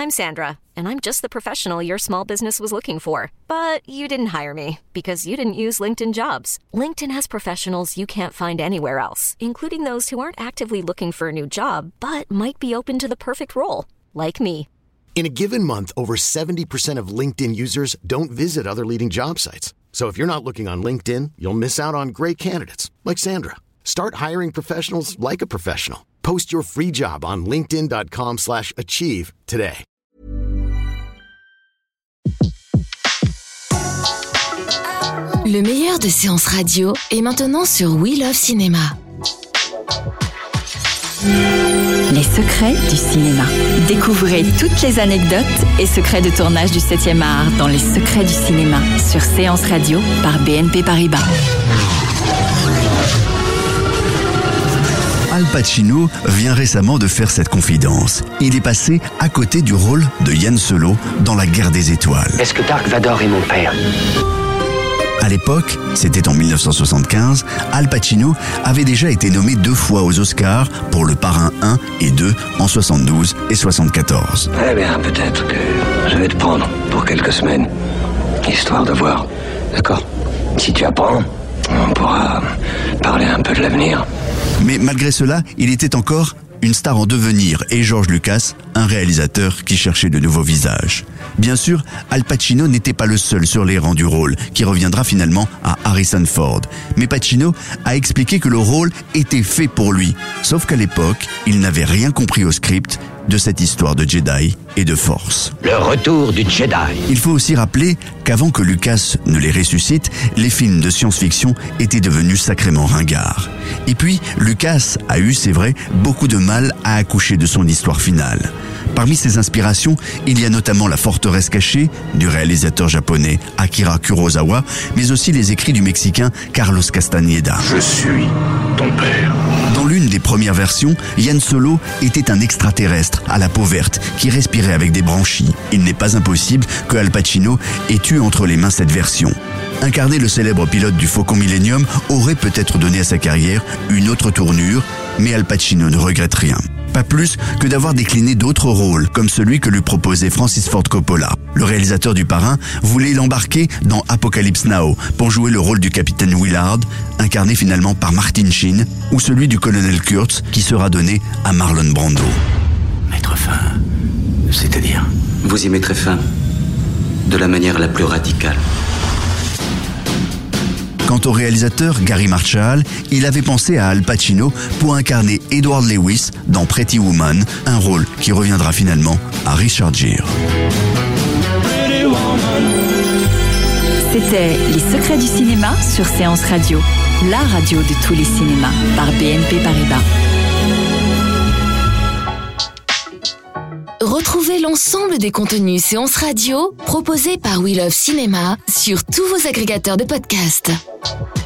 I'm Sandra, and I'm just the professional your small business was looking for. But you didn't hire me because you didn't use LinkedIn Jobs. LinkedIn has professionals you can't find anywhere else, including those who aren't actively looking for a new job, but might be open to the perfect role, like me. In a given month, over 70% of LinkedIn users don't visit other leading job sites. So if you're not looking on LinkedIn, you'll miss out on great candidates like Sandra. Start hiring professionals like a professional. Post your free job on linkedin.com/achieve today. Le meilleur de séances radio est maintenant sur We Love Cinéma. Les secrets du cinéma. Découvrez toutes les anecdotes et secrets de tournage du 7e art dans Les secrets du cinéma sur Séance Radio par BNP Paribas. Al Pacino vient récemment de faire cette confidence. Il est passé à côté du rôle de Han Solo dans La Guerre des Étoiles. Est-ce que Dark Vador est mon père ? À l'époque, c'était en 1975, Al Pacino avait déjà été nommé 2 fois aux Oscars pour Le Parrain 1 et 2 en 72 et 74. Eh bien, peut-être que je vais te prendre pour quelques semaines, histoire de voir. D'accord ? Si tu apprends, on pourra parler un peu de l'avenir. Mais malgré cela, il était encore une star en devenir et George Lucas, un réalisateur qui cherchait de nouveaux visages. Bien sûr, Al Pacino n'était pas le seul sur les rangs du rôle, qui reviendra finalement à Harrison Ford. Mais Pacino a expliqué que le rôle était fait pour lui, sauf qu'à l'époque, il n'avait rien compris au script de cette histoire de Jedi et de Force. Le retour du Jedi. Il faut aussi rappeler qu'avant que Lucas ne les ressuscite, les films de science-fiction étaient devenus sacrément ringards. Et puis, Lucas a eu, c'est vrai, beaucoup de mal à accoucher de son histoire finale. Parmi ses inspirations, il y a notamment La forteresse cachée du réalisateur japonais Akira Kurosawa, mais aussi les écrits du Mexicain Carlos Castaneda. Je suis ton père. Dans l'une des premières versions, Han Solo était un extraterrestre à la peau verte qui respirait avec des branchies. Il n'est pas impossible que Al Pacino ait eu entre les mains cette version. Incarner le célèbre pilote du Faucon Millenium aurait peut-être donné à sa carrière une autre tournure, mais Al Pacino ne regrette rien. Pas plus que d'avoir décliné d'autres rôles, comme celui que lui proposait Francis Ford Coppola. Le réalisateur du Parrain voulait l'embarquer dans Apocalypse Now pour jouer le rôle du capitaine Willard, incarné finalement par Martin Sheen, ou celui du colonel Kurtz, qui sera donné à Marlon Brando. Mettre fin, c'est-à-dire ? Vous y mettrez fin de la manière la plus radicale. Quant au réalisateur Gary Marshall, il avait pensé à Al Pacino pour incarner Edward Lewis dans Pretty Woman, un rôle qui reviendra finalement à Richard Gere. C'était Les secrets du cinéma sur Séance Radio, la radio de tous les cinémas par BNP Paribas. Retrouvez l'ensemble des contenus Séance Radio proposés par We Love Cinéma sur tous vos agrégateurs de podcasts.